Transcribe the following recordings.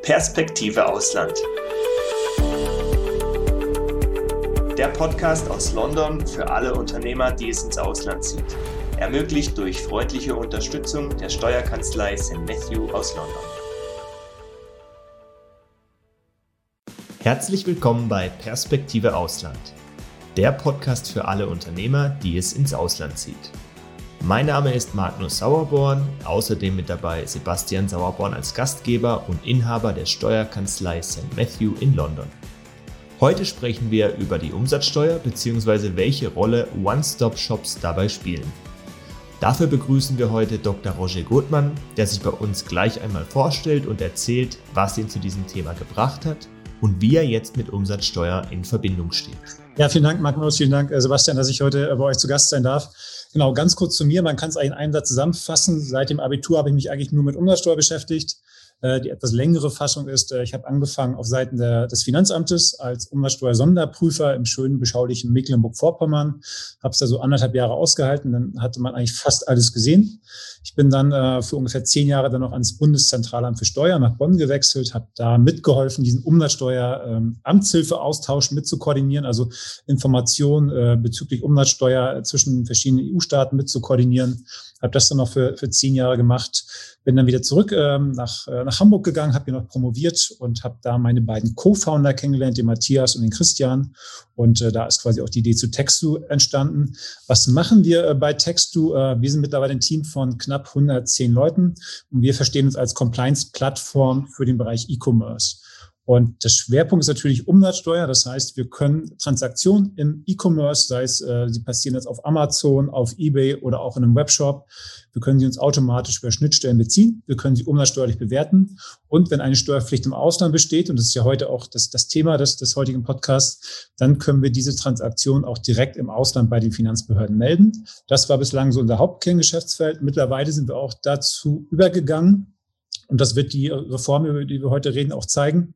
Perspektive Ausland. Der Podcast aus London für alle Unternehmer, die es ins Ausland zieht. Ermöglicht durch freundliche Unterstützung der Steuerkanzlei St. Matthew aus London. Herzlich willkommen bei Perspektive Ausland. Der Podcast für alle Unternehmer, die es ins Ausland zieht. Mein Name ist Magnus Sauerborn, außerdem mit dabei Sebastian Sauerborn als Gastgeber und Inhaber der Steuerkanzlei St. Matthew in London. Heute sprechen wir über die Umsatzsteuer bzw. welche Rolle One-Stop-Shops dabei spielen. Dafür begrüßen wir heute Dr. Roger Gothmann, der sich bei uns gleich einmal vorstellt und erzählt, was ihn zu diesem Thema gebracht hat und wie er jetzt mit Umsatzsteuer in Verbindung steht. Ja, vielen Dank, Magnus, vielen Dank, Sebastian, dass ich heute bei euch zu Gast sein darf. Genau, ganz kurz zu mir, man kann es eigentlich in einem Satz zusammenfassen. Seit dem Abitur habe ich mich eigentlich nur mit Umsatzsteuer beschäftigt. Die etwas längere Fassung ist, ich habe angefangen auf Seiten des Finanzamtes als Umsatzsteuer-Sonderprüfer im schönen, beschaulichen Mecklenburg-Vorpommern. Habe es da so 1,5 Jahre ausgehalten, dann hatte man eigentlich fast alles gesehen. Ich bin dann für ungefähr 10 Jahre dann noch ans Bundeszentralamt für Steuern nach Bonn gewechselt, habe da mitgeholfen, diesen Umsatzsteuer-Amtshilfeaustausch mit zu koordinieren, also Informationen bezüglich Umsatzsteuer zwischen verschiedenen EU-Staaten mit zu koordinieren. Habe das dann noch für 10 Jahre gemacht, bin dann wieder zurück nach Hamburg gegangen, habe hier noch promoviert und habe da meine beiden Co-Founder kennengelernt, den Matthias und den Christian. Und da ist quasi auch die Idee zu Textu entstanden. Was machen wir bei Textu? Wir sind mittlerweile ein Team von knapp 110 Leuten und wir verstehen uns als Compliance-Plattform für den Bereich E-Commerce. Und der Schwerpunkt ist natürlich Umsatzsteuer. Das heißt, wir können Transaktionen im E-Commerce, sei es, sie passieren jetzt auf Amazon, auf eBay oder auch in einem Webshop. Wir können sie uns automatisch über Schnittstellen beziehen. Wir können sie umsatzsteuerlich bewerten. Und wenn eine Steuerpflicht im Ausland besteht, und das ist ja heute auch das Thema des heutigen Podcasts, dann können wir diese Transaktion auch direkt im Ausland bei den Finanzbehörden melden. Das war bislang so unser Hauptkerngeschäftsfeld. Mittlerweile sind wir auch dazu übergegangen. Und das wird die Reform, über die wir heute reden, auch zeigen,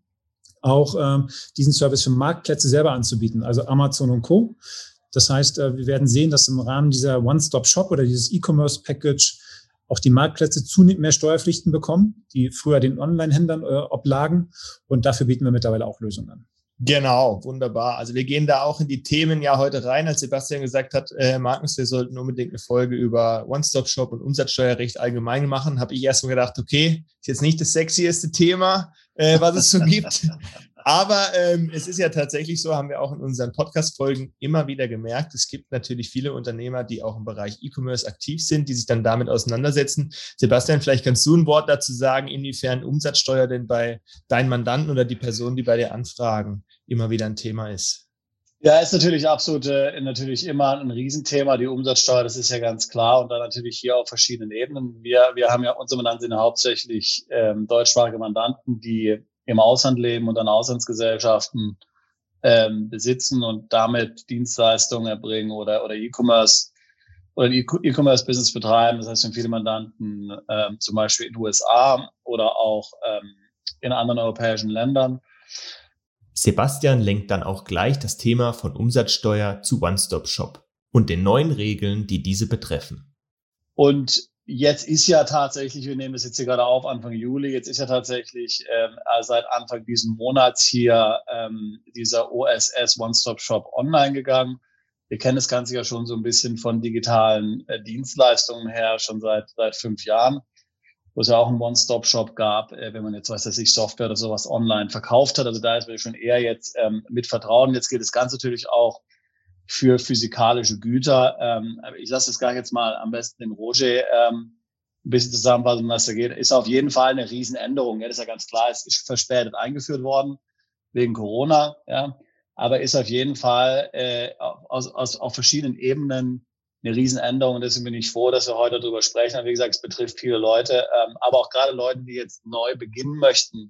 auch diesen Service für Marktplätze selber anzubieten, also Amazon und Co. Das heißt, wir werden sehen, dass im Rahmen dieser One-Stop-Shop oder dieses E-Commerce-Package auch die Marktplätze zunehmend mehr Steuerpflichten bekommen, die früher den Online-Händlern oblagen. Und dafür bieten wir mittlerweile auch Lösungen an. Genau, wunderbar. Also wir gehen da auch in die Themen ja heute rein, als Sebastian gesagt hat, Magnus, wir sollten unbedingt eine Folge über One-Stop-Shop und Umsatzsteuerrecht allgemein machen. Habe ich erst mal gedacht, okay, ist jetzt nicht das sexieste Thema, was es so gibt. Aber es ist ja tatsächlich so, haben wir auch in unseren Podcast-Folgen immer wieder gemerkt, es gibt natürlich viele Unternehmer, die auch im Bereich E-Commerce aktiv sind, die sich dann damit auseinandersetzen. Sebastian, vielleicht kannst du ein Wort dazu sagen, inwiefern Umsatzsteuer denn bei deinen Mandanten oder die Personen, die bei dir anfragen, immer wieder ein Thema ist. Ja, ist natürlich absolut, natürlich immer ein Riesenthema, die Umsatzsteuer, das ist ja ganz klar. Und dann natürlich hier auf verschiedenen Ebenen. Wir haben ja, unsere Mandanten sind ja hauptsächlich deutschsprachige Mandanten, die im Ausland leben und dann Auslandsgesellschaften besitzen und damit Dienstleistungen erbringen oder E-Commerce oder E-Commerce-Business betreiben. Das heißt, wir haben viele Mandanten zum Beispiel in den USA oder auch in anderen europäischen Ländern. Sebastian lenkt dann auch gleich das Thema von Umsatzsteuer zu One-Stop-Shop und den neuen Regeln, die diese betreffen. Und jetzt ist ja tatsächlich, wir nehmen das jetzt hier gerade auf, Anfang Juli, jetzt ist ja tatsächlich seit Anfang diesen Monats hier dieser OSS One-Stop-Shop online gegangen. Wir kennen das Ganze ja schon so ein bisschen von digitalen Dienstleistungen her, schon seit 5 Jahren, wo es ja auch einen One-Stop-Shop gab, wenn man jetzt, weiß ich, Software oder sowas online verkauft hat. Also da ist man schon eher jetzt mit Vertrauen. Jetzt gilt das Ganze natürlich auch für physikalische Güter. Ich lasse das gar jetzt mal am besten den Roger ein bisschen zusammenfassen, was da geht. Ist auf jeden Fall eine Riesenänderung. Ja, das ist ja ganz klar. Es ist verspätet eingeführt worden wegen Corona. Ja, aber ist auf jeden Fall auf verschiedenen Ebenen eine Riesenänderung. Und deswegen bin ich froh, dass wir heute darüber sprechen. Wie gesagt, es betrifft viele Leute, aber auch gerade Leute, die jetzt neu beginnen möchten.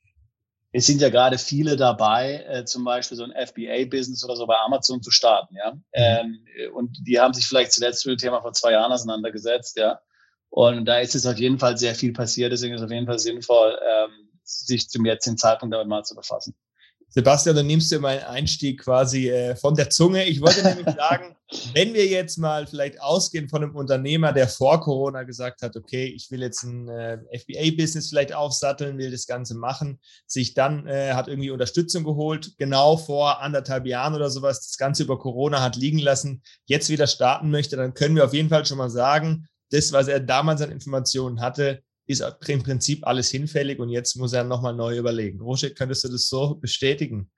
Es sind ja gerade viele dabei, zum Beispiel so ein FBA-Business oder so bei Amazon zu starten, ja. Und die haben sich vielleicht zuletzt mit dem Thema vor 2 Jahren auseinandergesetzt, ja. Und da ist jetzt auf jeden Fall sehr viel passiert, deswegen ist es auf jeden Fall sinnvoll, sich zum jetzigen Zeitpunkt damit mal zu befassen. Sebastian, dann nimmst du meinen Einstieg quasi von der Zunge. Ich wollte nämlich sagen, wenn wir jetzt mal vielleicht ausgehen von einem Unternehmer, der vor Corona gesagt hat, okay, ich will jetzt ein FBA-Business vielleicht aufsatteln, will das Ganze machen, sich dann hat irgendwie Unterstützung geholt, genau vor 1,5 Jahren oder sowas, das Ganze über Corona hat liegen lassen, jetzt wieder starten möchte, dann können wir auf jeden Fall schon mal sagen, das, was er damals an Informationen hatte, ist im Prinzip alles hinfällig und jetzt muss er nochmal neu überlegen. Roger, könntest du das so bestätigen?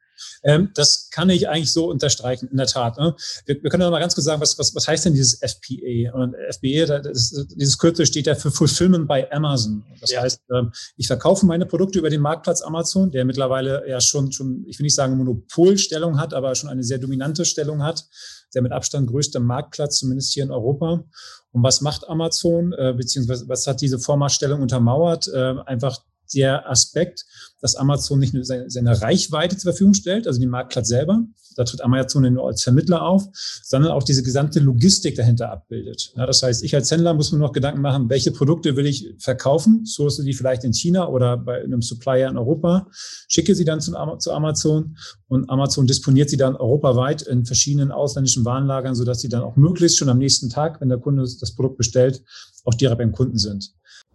Das kann ich eigentlich so unterstreichen, in der Tat. Ne? Wir können noch mal ganz kurz sagen, was heißt denn dieses FBA? Und FBA, dieses Kürzel steht ja für Fulfillment by Amazon. Das heißt, ich verkaufe meine Produkte über den Marktplatz Amazon, der mittlerweile ja schon, ich will nicht sagen Monopolstellung hat, aber schon eine sehr dominante Stellung hat. Der mit Abstand größte Marktplatz, zumindest hier in Europa. Und was macht Amazon, beziehungsweise was hat diese Vormachtstellung untermauert? Einfach der Aspekt, dass Amazon nicht nur seine Reichweite zur Verfügung stellt, also den Marktplatz selber, da tritt Amazon nur als Vermittler auf, sondern auch diese gesamte Logistik dahinter abbildet. Ja, das heißt, ich als Händler muss mir noch Gedanken machen, welche Produkte will ich verkaufen, source die vielleicht in China oder bei einem Supplier in Europa, schicke sie dann zu Amazon und Amazon disponiert sie dann europaweit in verschiedenen ausländischen Warenlagern, sodass sie dann auch möglichst schon am nächsten Tag, wenn der Kunde das Produkt bestellt, auch direkt beim Kunden sind.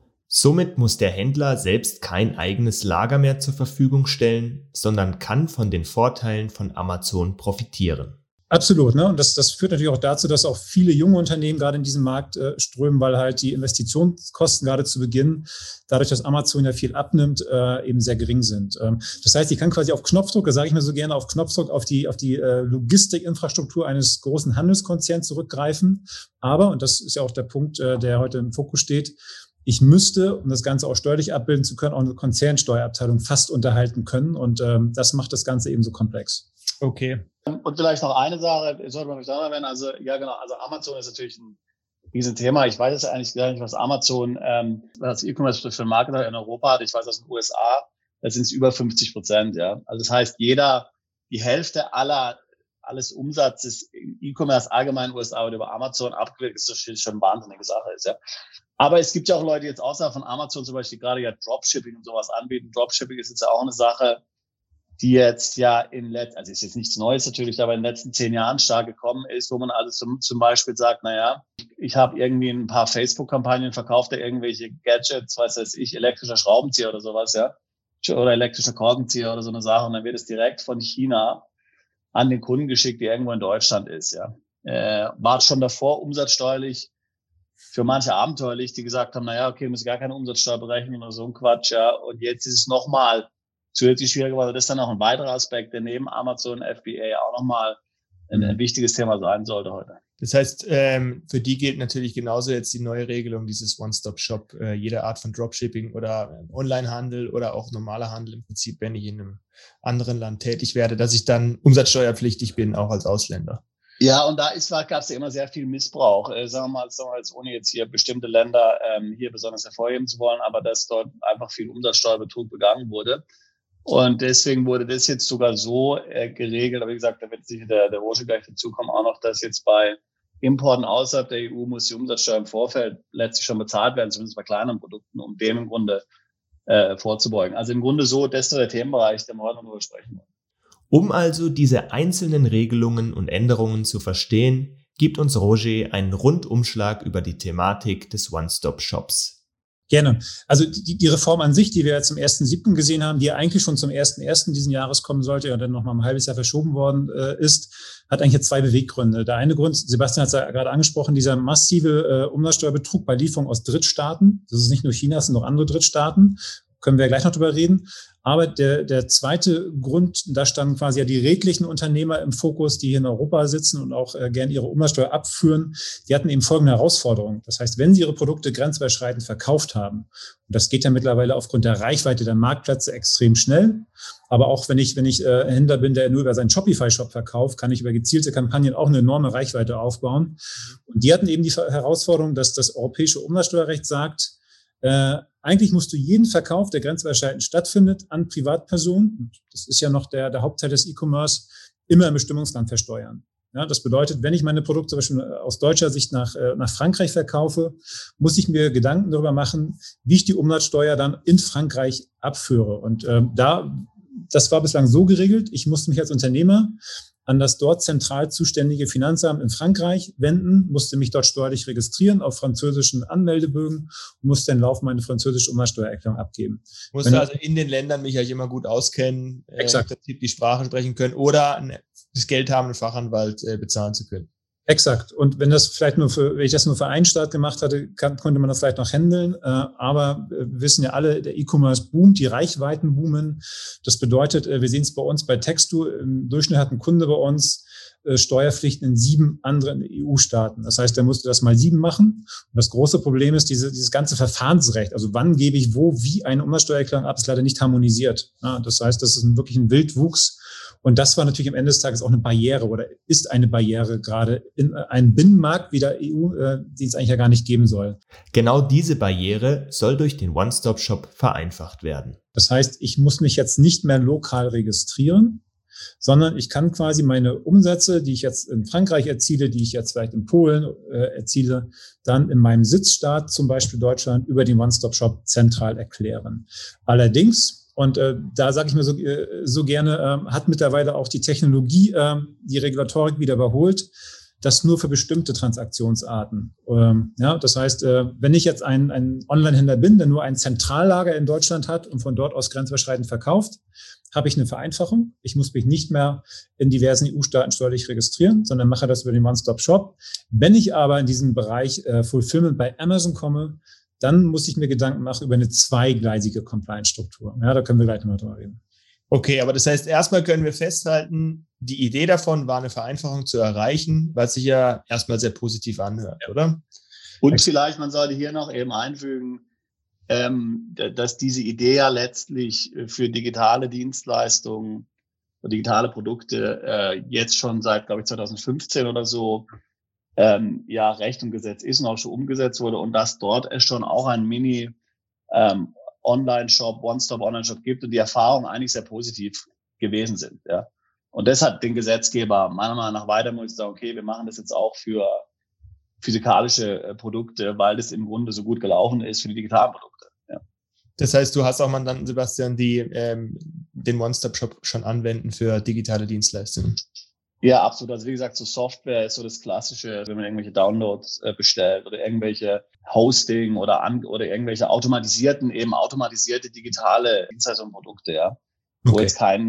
Somit muss der Händler selbst kein eigenes Lager mehr zur Verfügung stellen, sondern kann von den Vorteilen von Amazon profitieren. Absolut, ne? Und das führt natürlich auch dazu, dass auch viele junge Unternehmen gerade in diesen Markt strömen, weil halt die Investitionskosten gerade zu Beginn, dadurch, dass Amazon ja viel abnimmt, eben sehr gering sind. Das heißt, ich kann quasi auf Knopfdruck, das sage ich mir so gerne, auf Knopfdruck auf die Logistikinfrastruktur eines großen Handelskonzerns zurückgreifen. Aber, und das ist ja auch der Punkt, der heute im Fokus steht, ich müsste, um das Ganze auch steuerlich abbilden zu können, auch eine Konzernsteuerabteilung fast unterhalten können. Und das macht das Ganze eben so komplex. Okay. Und vielleicht noch eine Sache, sollte man mich da erwähnen. Also, ja, genau. Also, Amazon ist natürlich ein Riesenthema. Ich weiß jetzt eigentlich gar nicht, was Amazon, was E-Commerce für einen Marketer in Europa hat. Ich weiß aus den USA, da sind es über 50%, ja. Also, das heißt, die Hälfte alles Umsatzes E-Commerce allgemein in den USA oder über Amazon abgewickelt ist, das schon eine wahnsinnige Sache ist, ja. Aber es gibt ja auch Leute, die jetzt außerhalb von Amazon zum Beispiel gerade ja Dropshipping und sowas anbieten. Dropshipping ist jetzt ja auch eine Sache, die jetzt ja also ist jetzt nichts Neues natürlich, aber in den letzten 10 Jahren stark gekommen ist, wo man also zum Beispiel sagt, naja, ich habe irgendwie ein paar Facebook-Kampagnen verkauft, da irgendwelche Gadgets, weiß ich, elektrischer Schraubenzieher oder sowas, ja, oder elektrischer Korkenzieher oder so eine Sache, und dann wird es direkt von China an den Kunden geschickt, der irgendwo in Deutschland ist, ja. War schon davor umsatzsteuerlich für manche abenteuerlich, die gesagt haben, naja, okay, wir müssen gar keine Umsatzsteuer berechnen oder so ein Quatsch, ja. Und jetzt ist es nochmal zusätzlich schwieriger, weil das dann auch ein weiterer Aspekt, der neben Amazon FBA auch nochmal ein wichtiges Thema sein sollte heute. Das heißt, für die gilt natürlich genauso jetzt die neue Regelung, dieses One-Stop-Shop, jede Art von Dropshipping oder Onlinehandel oder auch normaler Handel im Prinzip, wenn ich in einem anderen Land tätig werde, dass ich dann umsatzsteuerpflichtig bin, auch als Ausländer. Ja, und gab es ja immer sehr viel Missbrauch. Sagen wir mal, jetzt ohne jetzt hier bestimmte Länder hier besonders hervorheben zu wollen, aber dass dort einfach viel Umsatzsteuerbetrug begangen wurde. Und deswegen wurde das jetzt sogar so geregelt. Aber wie gesagt, da wird sicher der Roger gleich dazukommen, auch noch, dass jetzt bei Importen außerhalb der EU muss die Umsatzsteuer im Vorfeld letztlich schon bezahlt werden, zumindest bei kleineren Produkten, um dem im Grunde vorzubeugen. Also im Grunde so, das ist der Themenbereich, den wir heute noch drüber sprechen wollen. Um also diese einzelnen Regelungen und Änderungen zu verstehen, gibt uns Roger einen Rundumschlag über die Thematik des One-Stop-Shops. Gerne. Also die Reform an sich, die wir jetzt zum 1.7. gesehen haben, die eigentlich schon zum 1.1. diesen Jahres kommen sollte und dann noch mal ein halbes Jahr verschoben worden ist, hat eigentlich jetzt 2 Beweggründe. Der eine Grund, Sebastian hat es ja gerade angesprochen, dieser massive Umsatzsteuerbetrug bei Lieferungen aus Drittstaaten. Das ist nicht nur China, es sind noch andere Drittstaaten. Können wir ja gleich noch drüber reden. Aber der zweite Grund, da standen quasi ja die redlichen Unternehmer im Fokus, die hier in Europa sitzen und auch gerne ihre Umsatzsteuer abführen. Die hatten eben folgende Herausforderung. Das heißt, wenn sie ihre Produkte grenzüberschreitend verkauft haben, und das geht ja mittlerweile aufgrund der Reichweite der Marktplätze extrem schnell, aber auch wenn ich Händler bin, der nur über seinen Shopify-Shop verkauft, kann ich über gezielte Kampagnen auch eine enorme Reichweite aufbauen. Und die hatten eben die Herausforderung, dass das europäische Umsatzsteuerrecht sagt, eigentlich musst du jeden Verkauf, der grenzüberschreitend stattfindet, an Privatpersonen, das ist ja noch der Hauptteil des E-Commerce, immer im Bestimmungsland versteuern. Ja, das bedeutet, wenn ich meine Produkte zum Beispiel aus deutscher Sicht nach Frankreich verkaufe, muss ich mir Gedanken darüber machen, wie ich die Umsatzsteuer dann in Frankreich abführe. Und da Das war bislang so geregelt, ich musste mich als Unternehmer an das dort zentral zuständige Finanzamt in Frankreich wenden, musste mich dort steuerlich registrieren auf französischen Anmeldebögen und musste dann laufend meine französische Umsatzsteuererklärung abgeben. Musste also in den Ländern mich eigentlich immer gut auskennen, exakt. Die Sprache sprechen können oder das Geld haben, einen Fachanwalt bezahlen zu können. Exakt. Und wenn ich das nur für einen Staat gemacht hatte, konnte man das vielleicht noch handeln. Aber wir wissen ja alle, der E-Commerce boomt, die Reichweiten boomen. Das bedeutet, wir sehen es bei uns bei Textu. Im Durchschnitt hat ein Kunde bei uns Steuerpflichten in 7 anderen EU-Staaten. Das heißt, er musste das mal 7 machen. Und das große Problem ist dieses ganze Verfahrensrecht. Also wann gebe ich wie eine Umsatzsteuererklärung ab, ist leider nicht harmonisiert. Ja, das heißt, das ist wirklich ein Wildwuchs. Und das war natürlich am Ende des Tages auch eine Barriere oder ist eine Barriere gerade in einem Binnenmarkt wie der EU, die es eigentlich ja gar nicht geben soll. Genau diese Barriere soll durch den One-Stop-Shop vereinfacht werden. Das heißt, ich muss mich jetzt nicht mehr lokal registrieren, sondern ich kann quasi meine Umsätze, die ich jetzt in Frankreich erziele, die ich jetzt vielleicht in Polen erziele, dann in meinem Sitzstaat, zum Beispiel Deutschland, über den One-Stop-Shop zentral erklären. Allerdings, und da sage ich mir so gerne, hat mittlerweile auch die Technologie die Regulatorik wieder überholt, das nur für bestimmte Transaktionsarten. Das heißt, wenn ich jetzt ein Online-Händler bin, der nur ein Zentrallager in Deutschland hat und von dort aus grenzüberschreitend verkauft, habe ich eine Vereinfachung. Ich muss mich nicht mehr in diversen EU-Staaten steuerlich registrieren, sondern mache das über den One-Stop-Shop. Wenn ich aber in diesen Bereich Fulfillment bei Amazon komme, dann muss ich mir Gedanken machen über eine zweigleisige Compliance-Struktur. Ja, da können wir gleich nochmal drüber reden. Okay, aber das heißt, erstmal können wir festhalten, die Idee davon war, eine Vereinfachung zu erreichen, was sich ja erstmal sehr positiv anhört, oder? Und vielleicht, man sollte hier noch eben einfügen, dass diese Idee ja letztlich für digitale Dienstleistungen und digitale Produkte jetzt schon seit, glaube ich, 2015 oder so Recht und Gesetz ist und auch schon umgesetzt wurde und dass dort es schon auch ein Mini Online-Shop, One-Stop-Online-Shop gibt und die Erfahrungen eigentlich sehr positiv gewesen sind. Ja. Und deshalb den Gesetzgeber meiner Meinung nach weiter muss sagen, okay, wir machen das jetzt auch für physikalische Produkte, weil das im Grunde so gut gelaufen ist für die digitalen Produkte. Ja. Das heißt, du hast auch Mandanten, Sebastian, die den One-Stop-Shop schon anwenden für digitale Dienstleistungen. Ja, absolut. Also wie gesagt, so Software ist so das Klassische, wenn man irgendwelche Downloads bestellt oder irgendwelche Hosting oder irgendwelche automatisierte digitale Dienstleistungen und Produkte, ja. Okay.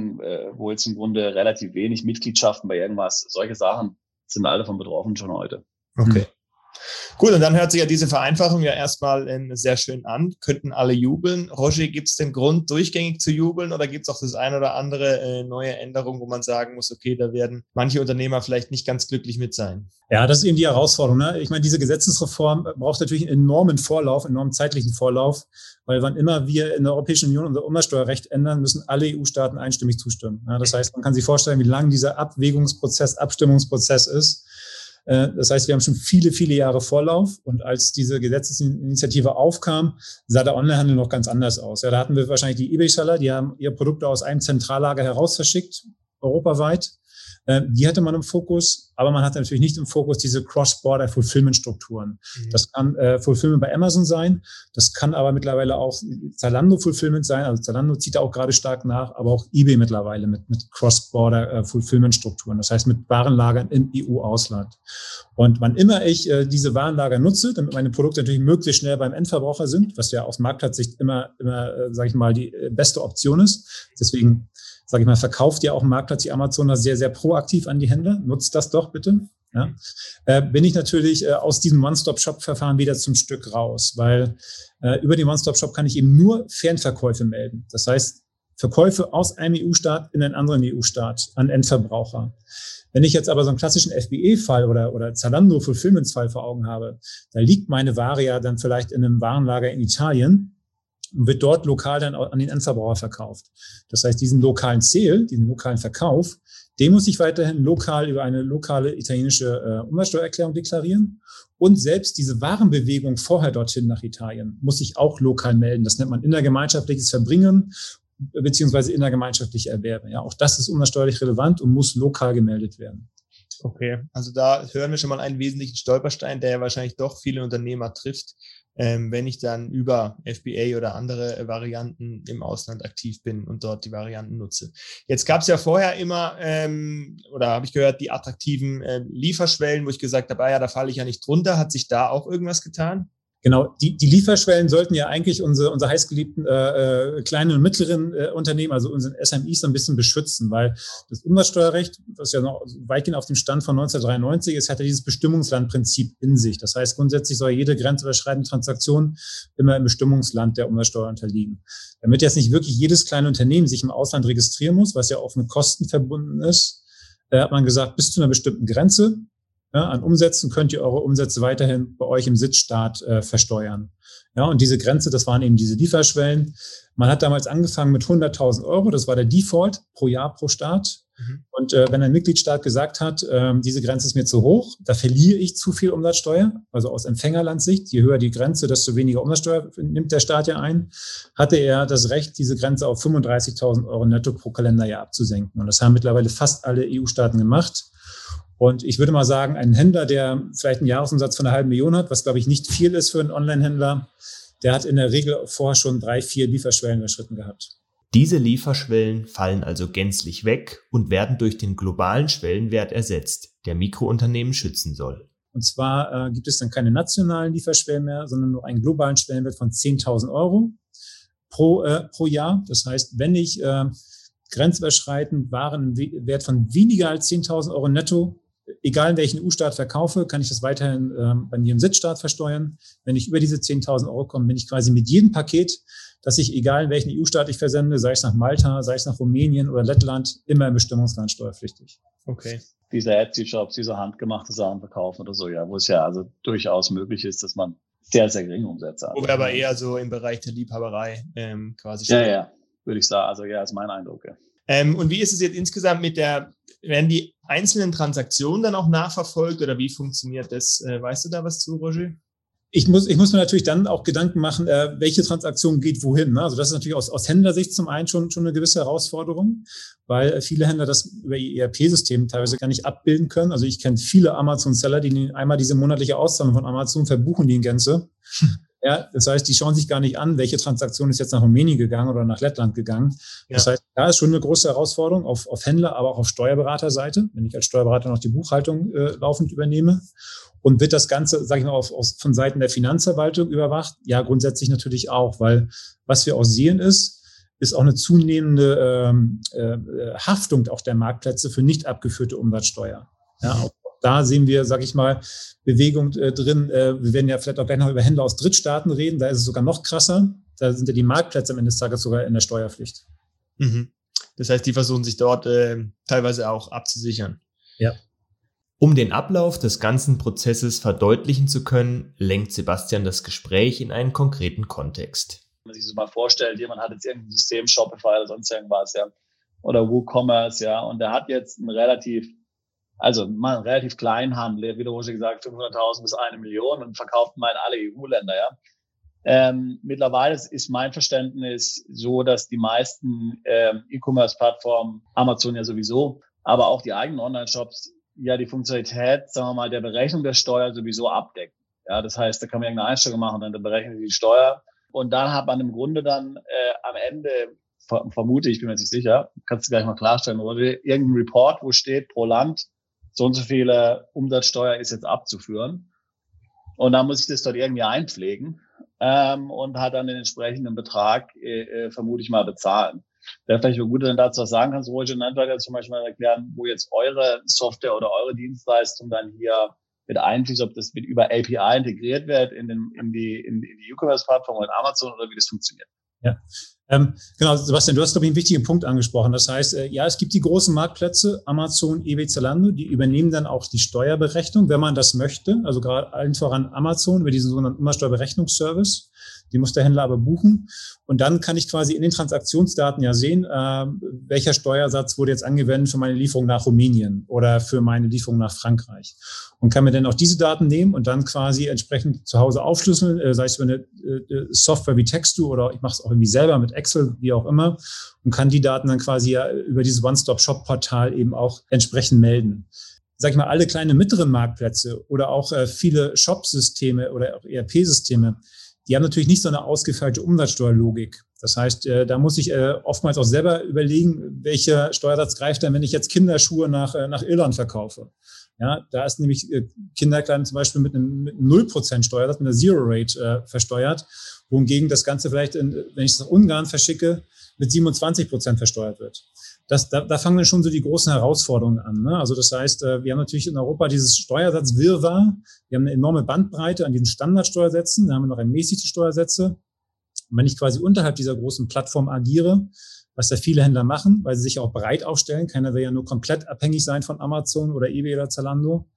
Wo jetzt im Grunde relativ wenig Mitgliedschaften bei irgendwas, solche Sachen sind wir alle davon betroffen schon heute. Okay. Gut, und dann hört sich ja diese Vereinfachung ja erstmal sehr schön an. Könnten alle jubeln. Roger, gibt es den Grund, durchgängig zu jubeln oder gibt es auch das ein oder andere neue Änderung, wo man sagen muss, okay, da werden manche Unternehmer vielleicht nicht ganz glücklich mit sein? Ja, das ist eben die Herausforderung. Ne? Ich meine, diese Gesetzesreform braucht natürlich einen enormen zeitlichen Vorlauf, weil wann immer wir in der Europäischen Union unser Umsatzsteuerrecht ändern, müssen alle EU-Staaten einstimmig zustimmen. Ja, das heißt, man kann sich vorstellen, wie lang dieser Abstimmungsprozess ist. Das heißt, wir haben schon viele, viele Jahre Vorlauf und als diese Gesetzesinitiative aufkam, sah der Onlinehandel noch ganz anders aus. Ja, da hatten wir wahrscheinlich die eBay-Seller, die haben ihre Produkte aus einem Zentrallager heraus verschickt, europaweit. Die hatte man im Fokus, aber man hatte natürlich nicht im Fokus diese Cross-Border-Fulfillment-Strukturen. Das kann Fulfillment bei Amazon sein, das kann aber mittlerweile auch Zalando-Fulfillment sein, also Zalando zieht da auch gerade stark nach, aber auch eBay mittlerweile mit Cross-Border-Fulfillment-Strukturen, das heißt mit Warenlagern im EU-Ausland. Und wann immer ich diese Warenlager nutze, damit meine Produkte natürlich möglichst schnell beim Endverbraucher sind, was ja aus Marktplatzsicht immer sage ich mal, die beste Option ist, deswegen sage ich mal, verkauft ja auch im Marktplatz wie Amazon das sehr, sehr proaktiv an die Händler. Nutzt das doch bitte. Ja. Bin ich natürlich aus diesem One-Stop-Shop-Verfahren wieder zum Stück raus, weil über den One-Stop-Shop kann ich eben nur Fernverkäufe melden. Das heißt, Verkäufe aus einem EU-Staat in einen anderen EU-Staat an Endverbraucher. Wenn ich jetzt aber so einen klassischen FBA-Fall oder Zalando-Fulfillments-Fall vor Augen habe, da liegt meine Ware ja dann vielleicht in einem Warenlager in Italien und wird dort lokal dann an den Endverbraucher verkauft. Das heißt, diesen lokalen Sale, diesen lokalen Verkauf, den muss ich weiterhin lokal über eine lokale italienische Umsatzsteuererklärung deklarieren. Und selbst diese Warenbewegung vorher dorthin nach Italien muss ich auch lokal melden. Das nennt man innergemeinschaftliches Verbringen beziehungsweise innergemeinschaftliche Erwerbe. Ja, auch das ist umsatzsteuerlich relevant und muss lokal gemeldet werden. Okay, also da hören wir schon mal einen wesentlichen Stolperstein, der ja wahrscheinlich doch viele Unternehmer trifft. wenn ich dann über FBA oder andere Varianten im Ausland aktiv bin und dort die Varianten nutze. Jetzt gab es ja vorher immer, oder habe ich gehört, die attraktiven Lieferschwellen, wo ich gesagt habe, ja, da falle ich ja nicht drunter. Hat sich da auch irgendwas getan? Genau, die Lieferschwellen sollten ja eigentlich unsere heißgeliebten kleinen und mittleren Unternehmen, also unseren SMIs, so ein bisschen beschützen, weil das Umsatzsteuerrecht, was ja noch weitgehend auf dem Stand von 1993 ist, hat ja dieses Bestimmungslandprinzip in sich. Das heißt, grundsätzlich soll jede grenzüberschreitende Transaktion immer im Bestimmungsland der Umsatzsteuer unterliegen. Damit jetzt nicht wirklich jedes kleine Unternehmen sich im Ausland registrieren muss, was ja auch mit Kosten verbunden ist, hat man gesagt, bis zu einer bestimmten Grenze an Umsätzen könnt ihr eure Umsätze weiterhin bei euch im Sitzstaat versteuern. Ja, und diese Grenze, das waren eben diese Lieferschwellen. Man hat damals angefangen mit 100.000 Euro, das war der Default pro Jahr pro Staat. Und wenn ein Mitgliedstaat gesagt hat, diese Grenze ist mir zu hoch, da verliere ich zu viel Umsatzsteuer, also aus Empfängerlandssicht, je höher die Grenze, desto weniger Umsatzsteuer nimmt der Staat ja ein, hatte er das Recht, diese Grenze auf 35.000 Euro netto pro Kalenderjahr abzusenken. Und das haben mittlerweile fast alle EU-Staaten gemacht. Und ich würde mal sagen, ein Händler, der vielleicht einen Jahresumsatz von 500.000 hat, was, glaube ich, nicht viel ist für einen Online-Händler, der hat in der Regel vorher schon 3-4 Lieferschwellen überschritten gehabt. Diese Lieferschwellen fallen also gänzlich weg und werden durch den globalen Schwellenwert ersetzt, der Mikrounternehmen schützen soll. Und zwar gibt es dann keine nationalen Lieferschwellen mehr, sondern nur einen globalen Schwellenwert von 10.000 Euro pro Jahr. Das heißt, wenn ich grenzüberschreitend Waren im Wert von weniger als 10.000 Euro netto, egal in welchen EU-Staat verkaufe, kann ich das weiterhin bei mir im Sitzstaat versteuern. Wenn ich über diese 10.000 Euro komme, bin ich quasi mit jedem Paket, dass ich, egal in welchen EU-Staat ich versende, sei es nach Malta, sei es nach Rumänien oder Lettland, immer im Bestimmungsland steuerpflichtig. Okay. Diese Etsy-Shops, diese handgemachte Sachen verkaufen oder so, ja, wo es ja also durchaus möglich ist, dass man sehr, sehr geringe Umsätze hat. Wo wir aber eher so im Bereich der Liebhaberei quasi stehen. Ja, würde ich sagen. Also ja, ist mein Eindruck, ja. Und wie ist es jetzt insgesamt werden die einzelnen Transaktionen dann auch nachverfolgt oder wie funktioniert das? Weißt du da was zu, Roger? Ich muss mir natürlich dann auch Gedanken machen, welche Transaktion geht wohin. Ne? Also das ist natürlich aus Händlersicht zum einen schon eine gewisse Herausforderung, weil viele Händler das über ihr ERP-System teilweise gar nicht abbilden können. Also ich kenne viele Amazon-Seller, die einmal diese monatliche Auszahlung von Amazon verbuchen, die in Gänze. Ja, das heißt, die schauen sich gar nicht an, welche Transaktion ist jetzt nach Rumänien gegangen oder nach Lettland gegangen. Ja. Das heißt, da ist schon eine große Herausforderung auf Händler, aber auch auf Steuerberaterseite, wenn ich als Steuerberater noch die Buchhaltung laufend übernehme. Und wird das Ganze, sage ich mal, von Seiten der Finanzverwaltung überwacht? Ja, grundsätzlich natürlich auch, weil was wir auch sehen ist auch eine zunehmende Haftung auch der Marktplätze für nicht abgeführte Umsatzsteuer. Ja, auch da sehen wir, sage ich mal, Bewegung drin. Wir werden ja vielleicht auch gleich noch über Händler aus Drittstaaten reden. Da ist es sogar noch krasser. Da sind ja die Marktplätze am Ende des Tages sogar in der Steuerpflicht. Mhm. Das heißt, die versuchen sich dort teilweise auch abzusichern. Ja. Um den Ablauf des ganzen Prozesses verdeutlichen zu können, lenkt Sebastian das Gespräch in einen konkreten Kontext. Wenn man sich das mal vorstellt, jemand hat jetzt irgendein System, Shopify oder sonst irgendwas, ja, oder WooCommerce, ja, und der hat jetzt einen relativ kleinen Handel, wie der Roger gesagt, 500.000 bis 1 Million und verkauft mal in alle EU-Länder, ja. Mittlerweile ist mein Verständnis so, dass die meisten E-Commerce-Plattformen, Amazon ja sowieso, aber auch die eigenen Online-Shops, ja die Funktionalität, sagen wir mal, der Berechnung der Steuer sowieso abdecken. Ja, das heißt, da kann man irgendeine Einstellung machen und dann berechnen die Steuer. Und dann hat man im Grunde dann am Ende, vermute ich, bin mir jetzt nicht sicher, kannst du gleich mal klarstellen, oder irgendein Report, wo steht pro Land, so und so viele Umsatzsteuer ist jetzt abzuführen. Und dann muss ich das dort irgendwie einpflegen und hat dann den entsprechenden Betrag, vermute ich mal, bezahlen. Wäre vielleicht gut, wenn du dazu was sagen kannst, Roger, dann vielleicht zum Beispiel mal erklären, wo jetzt eure Software oder eure Dienstleistung dann hier mit einfließt, ob das mit über API integriert wird in die E-Commerce-Plattform oder in Amazon oder wie das funktioniert. Ja. Genau, Sebastian, du hast, glaube ich, einen wichtigen Punkt angesprochen. Das heißt, ja, es gibt die großen Marktplätze, Amazon, eBay, Zalando, die übernehmen dann auch die Steuerberechnung, wenn man das möchte. Also gerade allen voran Amazon über diesen sogenannten Umsatzsteuerberechnungsservice. Die muss der Händler aber buchen. Und dann kann ich quasi in den Transaktionsdaten ja sehen, welcher Steuersatz wurde jetzt angewendet für meine Lieferung nach Rumänien oder für meine Lieferung nach Frankreich. Und kann mir dann auch diese Daten nehmen und dann quasi entsprechend zu Hause aufschlüsseln, sei es über eine Software wie Textu oder ich mache es auch irgendwie selber mit Excel, wie auch immer, und kann die Daten dann quasi ja über dieses One-Stop-Shop-Portal eben auch entsprechend melden. Sag ich mal, alle kleine mittleren Marktplätze oder auch viele Shop-Systeme oder auch ERP-Systeme, die haben natürlich nicht so eine ausgefeilte Umsatzsteuerlogik. Das heißt, da muss ich oftmals auch selber überlegen, welcher Steuersatz greift denn, wenn ich jetzt Kinderschuhe nach Irland verkaufe. Ja, da ist nämlich Kinderkleidung zum Beispiel mit einem 0% Steuersatz, mit einer Zero-Rate versteuert, wohingegen das Ganze vielleicht, wenn ich es nach Ungarn verschicke, mit 27% versteuert wird. Da fangen dann schon so die großen Herausforderungen an. Ne? Also das heißt, wir haben natürlich in Europa dieses Steuersatzwirrwarr. Wir haben eine enorme Bandbreite an diesen Standardsteuersätzen. Da haben wir noch ermäßigte Steuersätze. Und wenn ich quasi unterhalb dieser großen Plattform agiere, was ja viele Händler machen, weil sie sich auch breit aufstellen, keiner will ja nur komplett abhängig sein von Amazon oder eBay oder Zalando,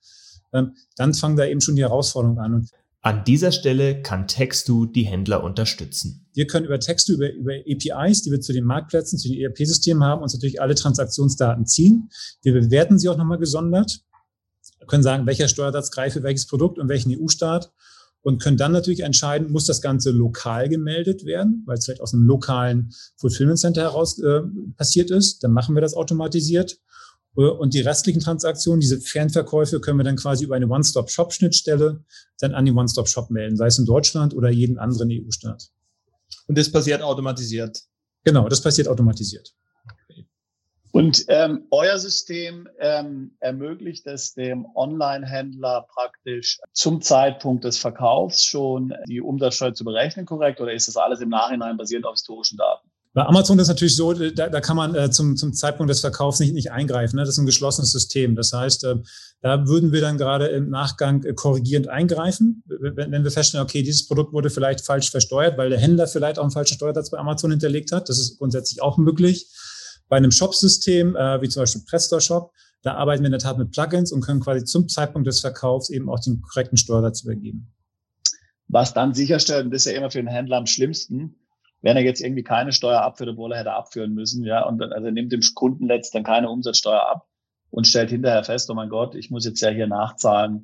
dann fangen da eben schon die Herausforderungen an. Und an dieser Stelle kann Texto die Händler unterstützen. Wir können über Texto, über APIs, die wir zu den Marktplätzen, zu den ERP-Systemen haben, uns natürlich alle Transaktionsdaten ziehen. Wir bewerten sie auch nochmal gesondert, können sagen, welcher Steuersatz greift für welches Produkt und welchen EU-Staat und können dann natürlich entscheiden, muss das Ganze lokal gemeldet werden, weil es vielleicht aus einem lokalen Fulfillment Center heraus passiert ist. Dann machen wir das automatisiert. Und die restlichen Transaktionen, diese Fernverkäufe, können wir dann quasi über eine One-Stop-Shop-Schnittstelle dann an die One-Stop-Shop melden, sei es in Deutschland oder jeden anderen EU-Staat. Und das passiert automatisiert? Genau, das passiert automatisiert. Okay. Und euer System ermöglicht es dem Online-Händler praktisch zum Zeitpunkt des Verkaufs schon die Umsatzsteuer zu berechnen, korrekt? Oder ist das alles im Nachhinein basierend auf historischen Daten? Bei Amazon ist es natürlich so, da kann man zum Zeitpunkt des Verkaufs nicht eingreifen. Ne? Das ist ein geschlossenes System. Das heißt, da würden wir dann gerade im Nachgang korrigierend eingreifen, wenn wir feststellen, okay, dieses Produkt wurde vielleicht falsch versteuert, weil der Händler vielleicht auch einen falschen Steuersatz bei Amazon hinterlegt hat. Das ist grundsätzlich auch möglich. Bei einem Shop-System, wie zum Beispiel PrestaShop, da arbeiten wir in der Tat mit Plugins und können quasi zum Zeitpunkt des Verkaufs eben auch den korrekten Steuersatz übergeben. Was dann sicherstellt, und das ist ja immer für den Händler am schlimmsten, wenn er jetzt irgendwie keine Steuer abführt, obwohl er hätte abführen müssen, ja, und dann, also er nimmt dem Kunden letztlich dann keine Umsatzsteuer ab und stellt hinterher fest, oh mein Gott, ich muss jetzt ja hier nachzahlen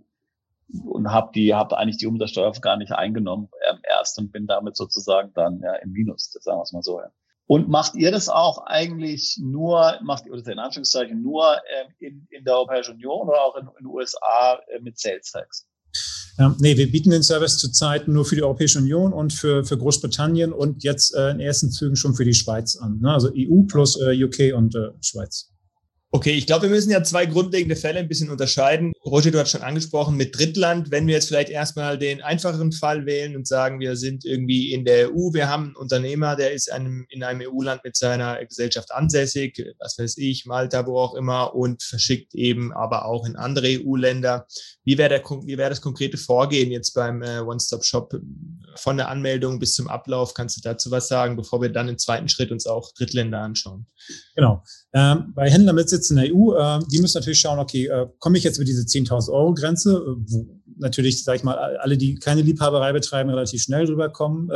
und hab eigentlich die Umsatzsteuer gar nicht eingenommen erst und bin damit sozusagen dann ja im Minus, sagen wir es mal so. Ja. Und macht ihr das auch eigentlich nur, oder in Anführungszeichen nur in der Europäischen Union oder auch in den USA mit Sales Tax? Nee, wir bieten den Service zurzeit nur für die Europäische Union und für Großbritannien und jetzt in ersten Zügen schon für die Schweiz an. Ne? Also EU plus UK und Schweiz. Okay, ich glaube, wir müssen ja zwei grundlegende Fälle ein bisschen unterscheiden. Roger, du hast schon angesprochen mit Drittland. Wenn wir jetzt vielleicht erstmal den einfacheren Fall wählen und sagen, wir sind irgendwie in der EU, wir haben einen Unternehmer, der ist in einem EU-Land mit seiner Gesellschaft ansässig, was weiß ich, Malta, wo auch immer, und verschickt eben aber auch in andere EU-Länder. Wie wäre das konkrete Vorgehen jetzt beim One-Stop-Shop von der Anmeldung bis zum Ablauf? Kannst du dazu was sagen, bevor wir dann im zweiten Schritt uns auch Drittländer anschauen? Genau. Bei Händlern mit Sitz in der EU, die müssen natürlich schauen, okay, komme ich jetzt über diese 10.000 Euro Grenze, wo natürlich, sage ich mal, alle, die keine Liebhaberei betreiben, relativ schnell drüber kommen.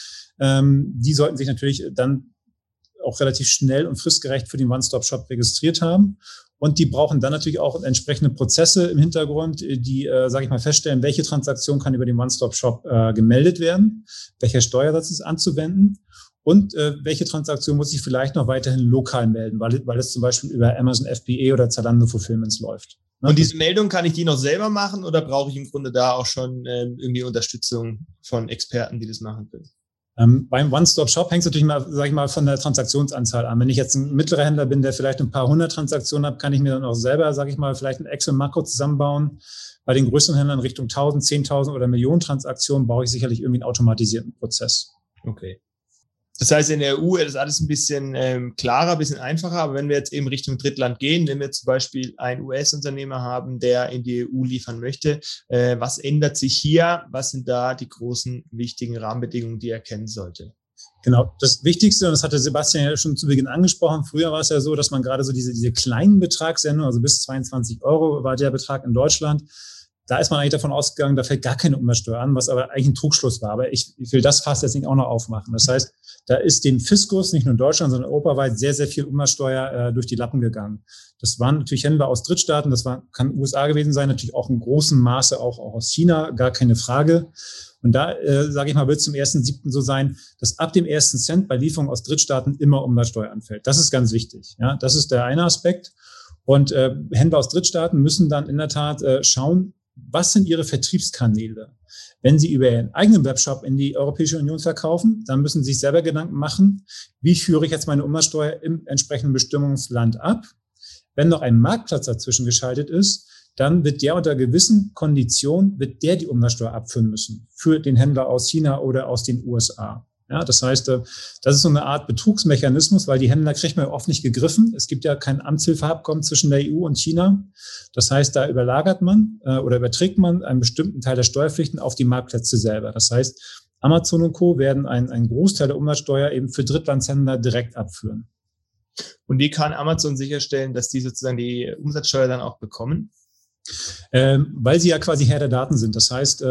Die sollten sich natürlich dann auch relativ schnell und fristgerecht für den One-Stop-Shop registriert haben. Und die brauchen dann natürlich auch entsprechende Prozesse im Hintergrund, die, sage ich mal, feststellen, welche Transaktion kann über den One-Stop-Shop gemeldet werden, welcher Steuersatz ist anzuwenden und welche Transaktion muss ich vielleicht noch weiterhin lokal melden, weil es zum Beispiel über Amazon FBA oder Zalando Fulfillments läuft. Ne? Und diese Meldung, kann ich die noch selber machen oder brauche ich im Grunde da auch schon irgendwie Unterstützung von Experten, die das machen können? Beim One-Stop-Shop hängt es natürlich mal, sag ich mal, von der Transaktionsanzahl an. Wenn ich jetzt ein mittlerer Händler bin, der vielleicht ein paar hundert Transaktionen hat, kann ich mir dann auch selber, sage ich mal, vielleicht ein Excel-Makro zusammenbauen. Bei den größeren Händlern Richtung 1.000, 10.000 oder Millionen Transaktionen brauche ich sicherlich irgendwie einen automatisierten Prozess. Okay. Das heißt, in der EU ist alles ein bisschen klarer, ein bisschen einfacher. Aber wenn wir jetzt eben Richtung Drittland gehen, wenn wir zum Beispiel einen US-Unternehmer haben, der in die EU liefern möchte, was ändert sich hier? Was sind da die großen, wichtigen Rahmenbedingungen, die er kennen sollte? Genau, das Wichtigste, und das hatte Sebastian ja schon zu Beginn angesprochen, früher war es ja so, dass man gerade so diese kleinen Betragssendungen, also bis 22 Euro war der Betrag in Deutschland, da ist man eigentlich davon ausgegangen, da fällt gar keine Umsatzsteuer an, was aber eigentlich ein Trugschluss war. Aber ich will das Fass jetzt nicht auch noch aufmachen. Das heißt, da ist dem Fiskus, nicht nur in Deutschland, sondern europaweit sehr, sehr viel Umsatzsteuer durch die Lappen gegangen. Das waren natürlich Händler aus Drittstaaten, kann USA gewesen sein, natürlich auch in großem Maße auch aus China, gar keine Frage. Und da, sage ich mal, wird es zum 1.7. so sein, dass ab dem 1. Cent bei Lieferungen aus Drittstaaten immer Umsatzsteuer anfällt. Das ist ganz wichtig. Ja, das ist der eine Aspekt. Und Händler aus Drittstaaten müssen dann in der Tat schauen, was sind Ihre Vertriebskanäle? Wenn Sie über Ihren eigenen Webshop in die Europäische Union verkaufen, dann müssen Sie sich selber Gedanken machen, wie führe ich jetzt meine Umsatzsteuer im entsprechenden Bestimmungsland ab? Wenn noch ein Marktplatz dazwischen geschaltet ist, dann wird der unter gewissen Konditionen, die Umsatzsteuer abführen müssen für den Händler aus China oder aus den USA. Ja, das heißt, das ist so eine Art Betrugsmechanismus, weil die Händler kriegt man ja oft nicht gegriffen. Es gibt ja kein Amtshilfeabkommen zwischen der EU und China. Das heißt, da überlagert man oder überträgt man einen bestimmten Teil der Steuerpflichten auf die Marktplätze selber. Das heißt, Amazon und Co. werden einen Großteil der Umsatzsteuer eben für Drittlandshändler direkt abführen. Und wie kann Amazon sicherstellen, dass die sozusagen die Umsatzsteuer dann auch bekommen? Weil sie ja quasi Herr der Daten sind. Das heißt,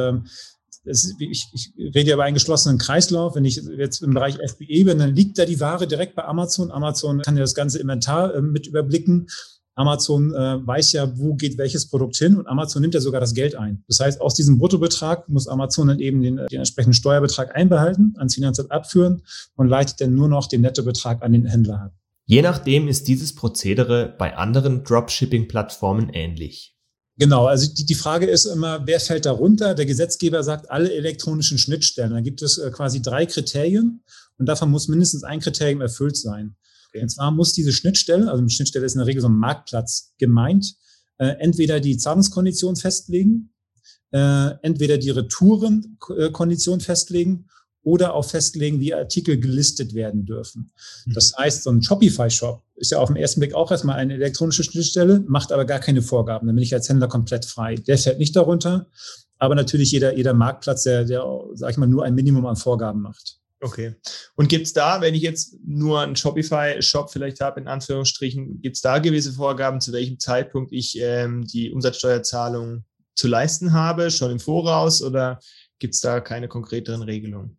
ich rede ja über einen geschlossenen Kreislauf. Wenn ich jetzt im Bereich FBA bin, dann liegt da die Ware direkt bei Amazon. Amazon kann ja das ganze Inventar mit überblicken. Amazon weiß ja, wo geht welches Produkt hin, und Amazon nimmt ja sogar das Geld ein. Das heißt, aus diesem Bruttobetrag muss Amazon dann eben den entsprechenden Steuerbetrag einbehalten, ans Finanzamt abführen und leitet dann nur noch den Nettobetrag an den Händler ab. Je nachdem ist dieses Prozedere bei anderen Dropshipping-Plattformen ähnlich. Genau, also die Frage ist immer, wer fällt da runter? Der Gesetzgeber sagt, alle elektronischen Schnittstellen. Da gibt es quasi 3 Kriterien, und davon muss mindestens ein Kriterium erfüllt sein. Okay. Und zwar muss diese Schnittstelle, also eine Schnittstelle ist in der Regel so ein Marktplatz gemeint, entweder die Zahlungskondition festlegen, entweder die Retourenkondition festlegen oder auch festlegen, wie Artikel gelistet werden dürfen. Das heißt, so ein Shopify-Shop ist ja auf den ersten Blick auch erstmal eine elektronische Schnittstelle, macht aber gar keine Vorgaben. Dann bin ich als Händler komplett frei. Der fällt nicht darunter, aber natürlich jeder Marktplatz, der sag ich mal, nur ein Minimum an Vorgaben macht. Okay. Und gibt's da, wenn ich jetzt nur einen Shopify-Shop vielleicht habe, in Anführungsstrichen, gibt's da gewisse Vorgaben, zu welchem Zeitpunkt ich die Umsatzsteuerzahlung zu leisten habe, schon im Voraus, oder gibt's da keine konkreteren Regelungen?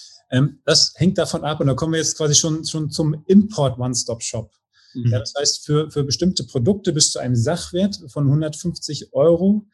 Das hängt davon ab, und da kommen wir jetzt quasi schon zum Import-One-Stop-Shop. Mhm. Ja, das heißt, für bestimmte Produkte bis zu einem Sachwert von 150 €,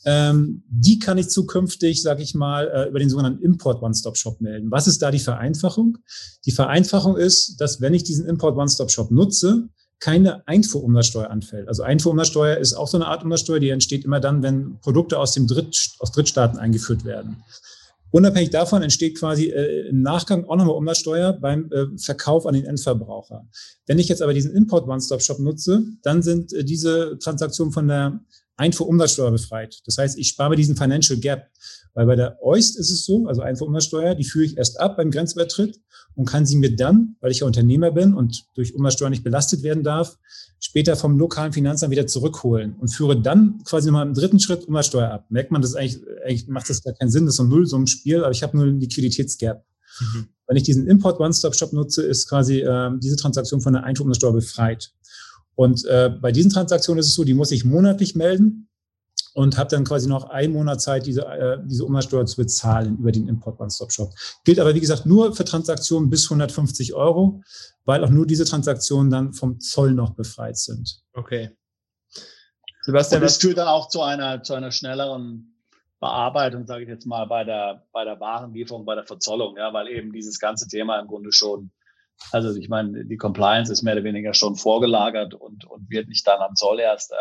die kann ich zukünftig, sage ich mal, über den sogenannten Import-One-Stop-Shop melden. Was ist da die Vereinfachung? Die Vereinfachung ist, dass, wenn ich diesen Import-One-Stop-Shop nutze, keine Einfuhrumsatzsteuer anfällt. Also Einfuhrumsatzsteuer ist auch so eine Art Umsatzsteuer, die entsteht immer dann, wenn Produkte aus Drittstaaten eingeführt werden. Unabhängig davon entsteht quasi im Nachgang auch nochmal Umsatzsteuer beim Verkauf an den Endverbraucher. Wenn ich jetzt aber diesen Import-One-Stop-Shop nutze, dann sind diese Transaktionen von der Einfuhrumsatzsteuer befreit. Das heißt, ich spare mir diesen Financial Gap. Weil bei der OIST ist es so, also Einfuhrumsatzsteuer, die führe ich erst ab beim Grenzübertritt und kann sie mir dann, weil ich ja Unternehmer bin und durch Umsatzsteuer nicht belastet werden darf, später vom lokalen Finanzamt wieder zurückholen und führe dann quasi nochmal im 3. Schritt Umsatzsteuer ab. Merkt man, das eigentlich macht das gar keinen Sinn, das ist so ein Nullsummenspiel, aber ich habe nur einen Liquiditätsgap. Mhm. Wenn ich diesen Import-One-Stop-Shop nutze, ist quasi diese Transaktion von der Einfuhrumsatzsteuer befreit. Und bei diesen Transaktionen ist es so, die muss ich monatlich melden und habe dann quasi noch 1 Monat Zeit, diese Umsatzsteuer zu bezahlen über den Import-One-Stop-Shop. Gilt aber, wie gesagt, nur für Transaktionen bis 150 €, weil auch nur diese Transaktionen dann vom Zoll noch befreit sind. Okay. Sebastian, und das führt dann auch zu einer schnelleren Bearbeitung, sage ich jetzt mal, bei der Warenlieferung, bei der Verzollung, ja, weil eben dieses ganze Thema im Grunde schon, also ich meine, die Compliance ist mehr oder weniger schon vorgelagert und wird nicht dann am Zoll erst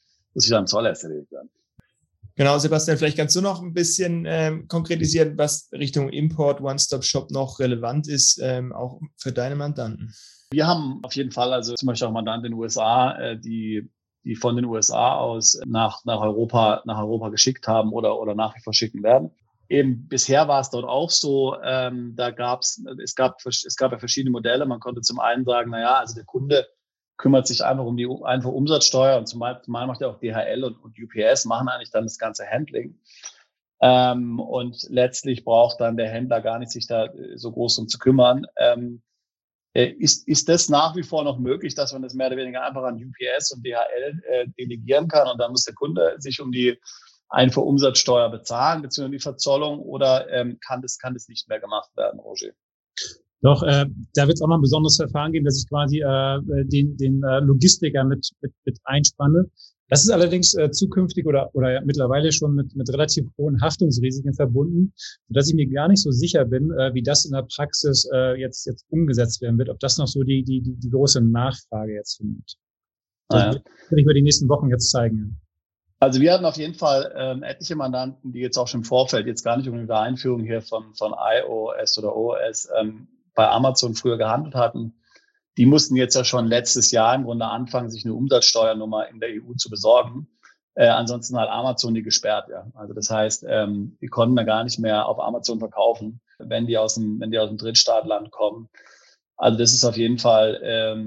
erledigt werden. Genau, Sebastian, vielleicht kannst du noch ein bisschen konkretisieren, was Richtung Import One-Stop-Shop noch relevant ist, auch für deine Mandanten. Wir haben auf jeden Fall, also zum Beispiel auch Mandanten in den USA, die von den USA aus nach Europa geschickt haben oder nach wie vor schicken werden. Eben bisher war es dort auch so, es gab ja verschiedene Modelle. Man konnte zum einen sagen, also der Kunde kümmert sich einfach um die Umsatzsteuer, und zumal macht ja auch DHL und UPS machen eigentlich dann das ganze Handling. Und letztlich braucht dann der Händler gar nicht sich da so groß drum zu kümmern. Ist das nach wie vor noch möglich, dass man das mehr oder weniger einfach an UPS und DHL delegieren kann, und dann muss der Kunde sich um die Einfuhrumsatzsteuer bezahlen, beziehungsweise die Verzollung, oder kann das nicht mehr gemacht werden, Roger? Doch, da wird es auch noch ein besonderes Verfahren geben, dass ich quasi den Logistiker mit einspanne. Das ist allerdings zukünftig oder mittlerweile schon mit relativ hohen Haftungsrisiken verbunden, sodass ich mir gar nicht so sicher bin, wie das in der Praxis jetzt umgesetzt werden wird, ob das noch so die große Nachfrage jetzt findet. Das wird sich über die nächsten Wochen jetzt zeigen. Also wir hatten auf jeden Fall etliche Mandanten, die jetzt auch schon im Vorfeld, jetzt gar nicht unter der Einführung hier von iOS oder OS, bei Amazon früher gehandelt hatten. Die mussten jetzt ja schon letztes Jahr im Grunde anfangen, sich eine Umsatzsteuernummer in der EU zu besorgen. Ansonsten hat Amazon die gesperrt, ja. Also das heißt, die konnten da gar nicht mehr auf Amazon verkaufen, wenn die aus dem Drittstaatland kommen. Also das ist auf jeden Fall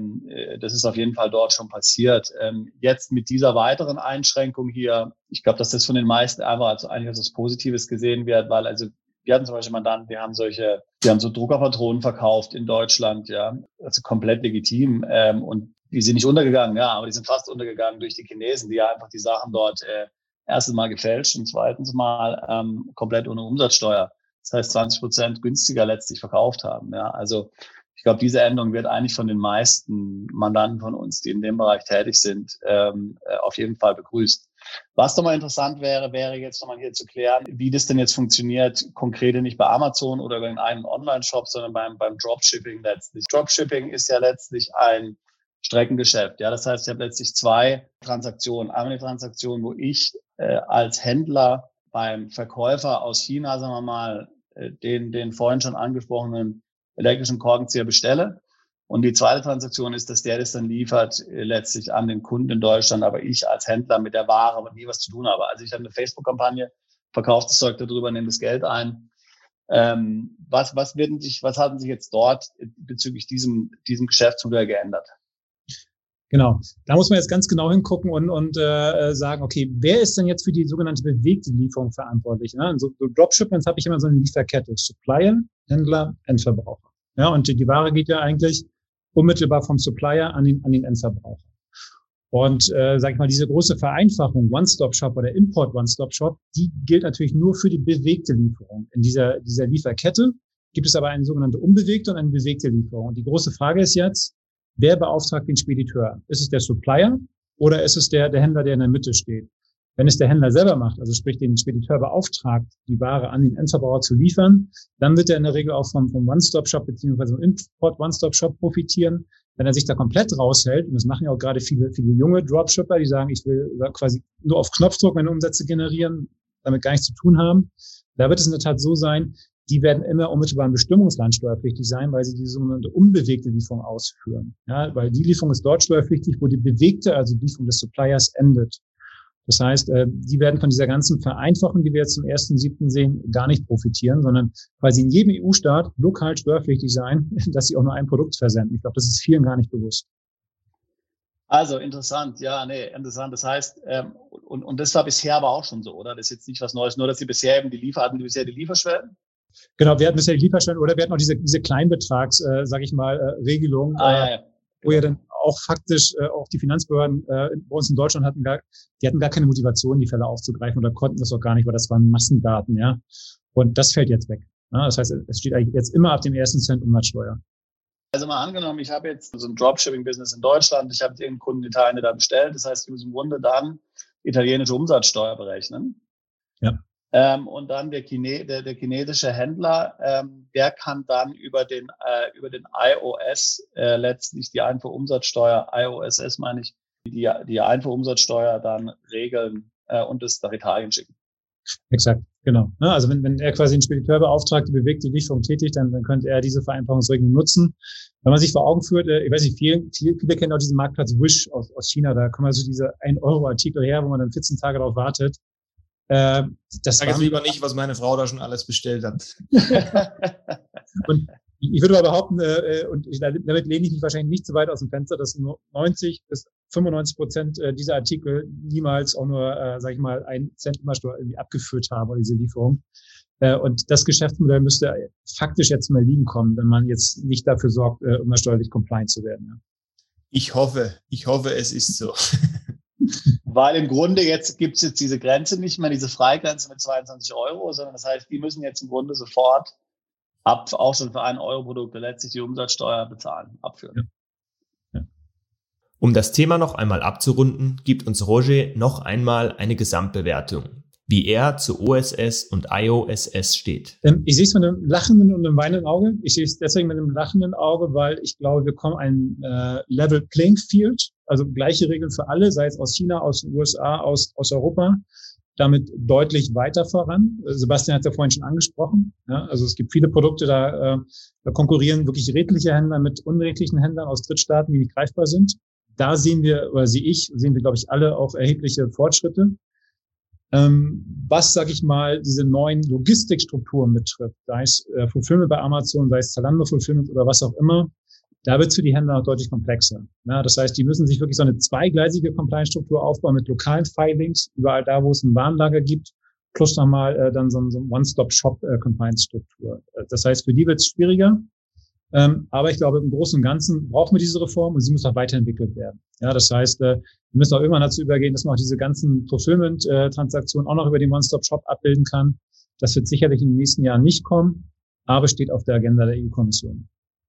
dort schon passiert. Jetzt mit dieser weiteren Einschränkung hier, ich glaube, dass das von den meisten einfach eigentlich als was Positives gesehen wird, weil also wir hatten zum Beispiel Mandanten, die haben so Druckerpatronen verkauft in Deutschland, ja, also komplett legitim, und die sind nicht untergegangen, ja, aber die sind fast untergegangen durch die Chinesen, die ja einfach die Sachen dort erstens mal gefälscht und zweitens mal komplett ohne Umsatzsteuer. Das heißt 20% günstiger letztlich verkauft haben, ja, also ich glaube, diese Änderung wird eigentlich von den meisten Mandanten von uns, die in dem Bereich tätig sind, auf jeden Fall begrüßt. Was doch mal interessant wäre jetzt nochmal hier zu klären, wie das denn jetzt funktioniert, konkret nicht bei Amazon oder über einen Online-Shop, sondern beim Dropshipping letztlich. Dropshipping ist ja letztlich ein Streckengeschäft. Ja, das heißt, ich habe letztlich zwei Transaktionen. Einmal eine Transaktion, wo ich als Händler beim Verkäufer aus China, sagen wir mal, den vorhin schon angesprochenen elektrischen Korkenzieher bestelle. Und die zweite Transaktion ist, dass der das dann liefert, letztlich an den Kunden in Deutschland, aber ich als Händler mit der Ware aber nie was zu tun habe. Also ich habe eine Facebook-Kampagne, verkaufe das Zeug darüber, nehme das Geld ein. Was hatten sich jetzt dort bezüglich diesem Geschäftsmodell geändert? Genau, da muss man jetzt ganz genau hingucken und sagen, okay, wer ist denn jetzt für die sogenannte bewegte Lieferung verantwortlich? Ne? So Dropshipments habe ich immer so eine Lieferkette, Supplier, Händler, Endverbraucher. Ja, und die Ware geht ja eigentlich unmittelbar vom Supplier an den Endverbraucher. Und sag ich mal, diese große Vereinfachung, One-Stop-Shop oder Import-One-Stop-Shop, die gilt natürlich nur für die bewegte Lieferung. In dieser Lieferkette gibt es aber eine sogenannte unbewegte und eine bewegte Lieferung. Und die große Frage ist jetzt, wer beauftragt den Spediteur? Ist es der Supplier oder ist es der Händler, der in der Mitte steht? Wenn es der Händler selber macht, also sprich den Spediteur beauftragt, die Ware an den Endverbraucher zu liefern, dann wird er in der Regel auch vom One-Stop-Shop bzw. Import-One-Stop-Shop profitieren. Wenn er sich da komplett raushält, und das machen ja auch gerade viele junge Dropshipper, die sagen, ich will quasi nur auf Knopfdruck meine Umsätze generieren, damit gar nichts zu tun haben, da wird es in der Tat so sein, die werden immer unmittelbar im Bestimmungsland steuerpflichtig sein, weil sie diese sogenannte unbewegte Lieferung ausführen. Ja, weil die Lieferung ist dort steuerpflichtig, wo die bewegte, also die Lieferung des Suppliers, endet. Das heißt, die werden von dieser ganzen Vereinfachung, die wir jetzt zum 1.7. sehen, gar nicht profitieren, sondern weil sie in jedem EU-Staat lokal steuerpflichtig sein, dass sie auch nur ein Produkt versenden. Ich glaube, das ist vielen gar nicht bewusst. Also interessant, interessant. Das heißt, und das war bisher aber auch schon so, oder? Das ist jetzt nicht was Neues, nur dass sie bisher eben die Lieferschwellen? Genau, wir hatten bisher die Lieferschwellen oder wir hatten auch diese Kleinbetrags, Regelung, wo ja dann auch faktisch auch die Finanzbehörden bei uns in Deutschland hatten gar keine Motivation, die Fälle aufzugreifen oder konnten das auch gar nicht, weil das waren Massendaten, ja. Und das fällt jetzt weg. Ja? Das heißt, es steht eigentlich jetzt immer ab dem 1. Cent Umsatzsteuer. Also mal angenommen, ich habe jetzt so ein Dropshipping-Business in Deutschland, ich habe irgendeinen Kunden in Italien da bestellt, das heißt, ich muss im Grunde dann italienische Umsatzsteuer berechnen. Ja. Und dann der chinesische Händler, der kann dann über den iOS letztlich die Einfuhrumsatzsteuer, iOSS meine ich, die Einfuhrumsatzsteuer dann regeln und es nach Italien schicken. Exakt, genau. Also wenn er quasi den Spediteur beauftragt, die bewegte Lieferung tätigt, dann könnte er diese Vereinfachungsregeln nutzen. Wenn man sich vor Augen führt, ich weiß nicht, viele kennen auch diesen Marktplatz Wish aus China, da kommen also diese 1-Euro-Artikel her, wo man dann 14 Tage darauf wartet. Das sag jetzt lieber nicht, was meine Frau da schon alles bestellt hat. Und ich würde mal behaupten, damit lehne ich mich wahrscheinlich nicht so weit aus dem Fenster, dass nur 90-95% dieser Artikel niemals auch nur, 1 Cent Umsatzsteuer irgendwie abgeführt haben oder diese Lieferung. Und das Geschäftsmodell müsste faktisch jetzt mal liegen kommen, wenn man jetzt nicht dafür sorgt, umsatzsteuerlich compliant zu werden. Ja. Ich hoffe, es ist so. Weil im Grunde gibt es diese Grenze nicht mehr, diese Freigrenze mit 22 €, sondern das heißt, die müssen jetzt im Grunde sofort auch schon für 1 Euro Produkte letztlich die Umsatzsteuer bezahlen, abführen. Ja. Um das Thema noch einmal abzurunden, gibt uns Roger noch einmal eine Gesamtbewertung, wie er zu OSS und iOSS steht. Ich sehe es mit einem lachenden und einem weinenden Auge. Ich sehe es deswegen mit einem lachenden Auge, weil ich glaube, wir kommen ein Level Playing Field Also gleiche Regeln für alle, sei es aus China, aus den USA, aus Europa, damit deutlich weiter voran. Sebastian hat es ja vorhin schon angesprochen. Ja, also es gibt viele Produkte, da konkurrieren wirklich redliche Händler mit unredlichen Händlern aus Drittstaaten, die nicht greifbar sind. Da sehen wir, glaube ich, alle auch erhebliche Fortschritte. Was, sag ich mal, diese neuen Logistikstrukturen betrifft, sei es Fulfillment bei Amazon, sei es Zalando Fulfillment oder was auch immer, da wird es für die Händler auch deutlich komplexer. Ja, das heißt, die müssen sich wirklich so eine zweigleisige Compliance-Struktur aufbauen mit lokalen Filings, überall da, wo es ein Warenlager gibt, plus nochmal dann so eine One-Stop-Shop-Compliance-Struktur. Das heißt, für die wird es schwieriger. Aber ich glaube, im Großen und Ganzen brauchen wir diese Reform und sie muss auch weiterentwickelt werden. Ja, das heißt, wir müssen auch irgendwann dazu übergehen, dass man auch diese ganzen Fulfillment-Transaktionen auch noch über den One-Stop-Shop abbilden kann. Das wird sicherlich in den nächsten Jahren nicht kommen, aber steht auf der Agenda der EU-Kommission.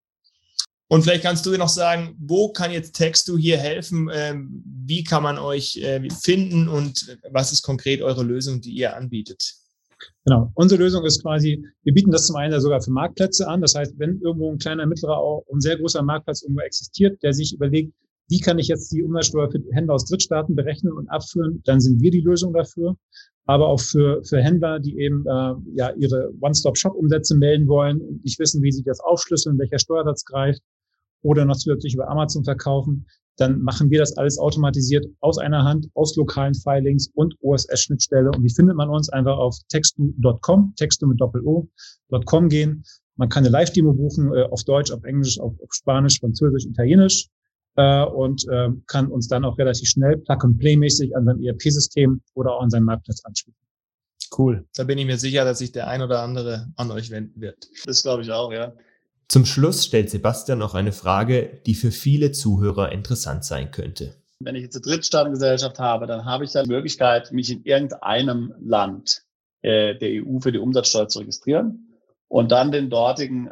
Und vielleicht kannst du noch sagen, wo kann jetzt Texto hier helfen? Wie kann man euch finden und was ist konkret eure Lösung, die ihr anbietet? Genau. Unsere Lösung ist quasi, wir bieten das zum einen sogar für Marktplätze an. Das heißt, wenn irgendwo ein kleiner, mittlerer, auch ein sehr großer Marktplatz irgendwo existiert, der sich überlegt, wie kann ich jetzt die Umsatzsteuer für Händler aus Drittstaaten berechnen und abführen, dann sind wir die Lösung dafür. Aber auch für Händler, die eben ihre One-Stop-Shop-Umsätze melden wollen und nicht wissen, wie sie das aufschlüsseln, welcher Steuersatz greift, oder noch zusätzlich über Amazon verkaufen, dann machen wir das alles automatisiert aus einer Hand, aus lokalen Filings und OSS-Schnittstelle. Und wie findet man uns? Einfach auf texto.com, Texto mit Doppel-O.com gehen. Man kann eine Live-Demo buchen, auf Deutsch, auf Englisch, auf Spanisch, Französisch, Italienisch und kann uns dann auch relativ schnell Plug-and-Play-mäßig an seinem ERP-System oder auch an seinem Marktplatz anschließen. Cool. Da bin ich mir sicher, dass sich der ein oder andere an euch wenden wird. Das glaube ich auch, ja. Zum Schluss stellt Sebastian noch eine Frage, die für viele Zuhörer interessant sein könnte. Wenn ich jetzt eine Drittstaatengesellschaft habe, dann habe ich dann die Möglichkeit, mich in irgendeinem Land der EU für die Umsatzsteuer zu registrieren und dann den dortigen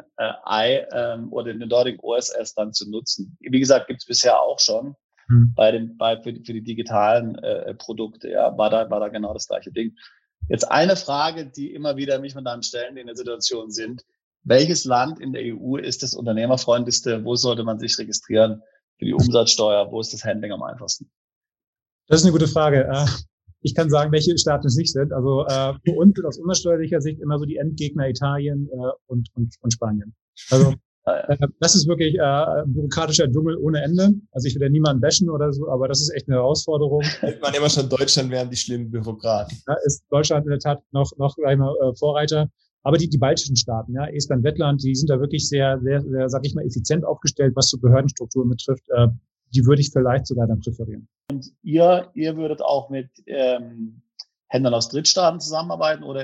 oder den dortigen OSS dann zu nutzen. Wie gesagt, gibt es bisher auch schon für die digitalen Produkte. Ja, war da genau das gleiche Ding. Jetzt eine Frage, die immer wieder mich Mandanten stellen, die in der Situation sind: Welches Land in der EU ist das unternehmerfreundlichste? Wo sollte man sich registrieren für die Umsatzsteuer? Wo ist das Handling am einfachsten? Das ist eine gute Frage. Ich kann sagen, welche Staaten es nicht sind. Also für uns sind aus umsatzsteuerlicher Sicht immer so die Endgegner Italien und Spanien. Also das ist wirklich ein bürokratischer Dschungel ohne Ende. Also ich will ja niemanden bashen oder so, aber das ist echt eine Herausforderung. Man immer schon, Deutschland wären die schlimmen Bürokraten. Da ist Deutschland in der Tat noch gleich mal Vorreiter. Aber die baltischen Staaten, ja, Estland, Lettland, die sind da wirklich sehr, sehr, sehr, sag ich mal, effizient aufgestellt, was so Behördenstrukturen betrifft. Die würde ich vielleicht sogar dann präferieren. Und ihr würdet auch mit Händlern aus Drittstaaten zusammenarbeiten oder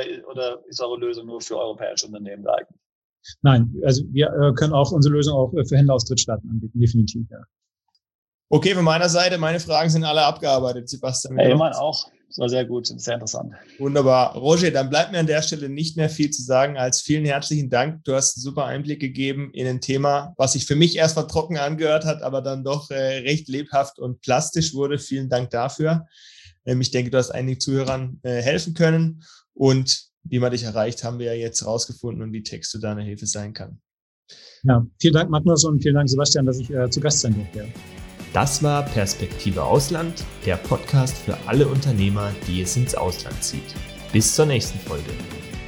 ist eure Lösung nur für europäische Unternehmen geeignet? Nein, also wir können auch unsere Lösung auch für Händler aus Drittstaaten anbieten, definitiv, ja. Okay, von meiner Seite, meine Fragen sind alle abgearbeitet, Sebastian. Ich meine auch. Das war sehr gut, sehr interessant. Wunderbar. Roger, dann bleibt mir an der Stelle nicht mehr viel zu sagen als vielen herzlichen Dank. Du hast einen super Einblick gegeben in ein Thema, was sich für mich erstmal trocken angehört hat, aber dann doch recht lebhaft und plastisch wurde. Vielen Dank dafür. Ich denke, du hast einigen Zuhörern helfen können und wie man dich erreicht, haben wir ja jetzt rausgefunden und wie Texto da eine Hilfe sein kann. Ja, vielen Dank, Magnus, und vielen Dank, Sebastian, dass ich zu Gast sein durfte. Das war Perspektive Ausland, der Podcast für alle Unternehmer, die es ins Ausland zieht. Bis zur nächsten Folge.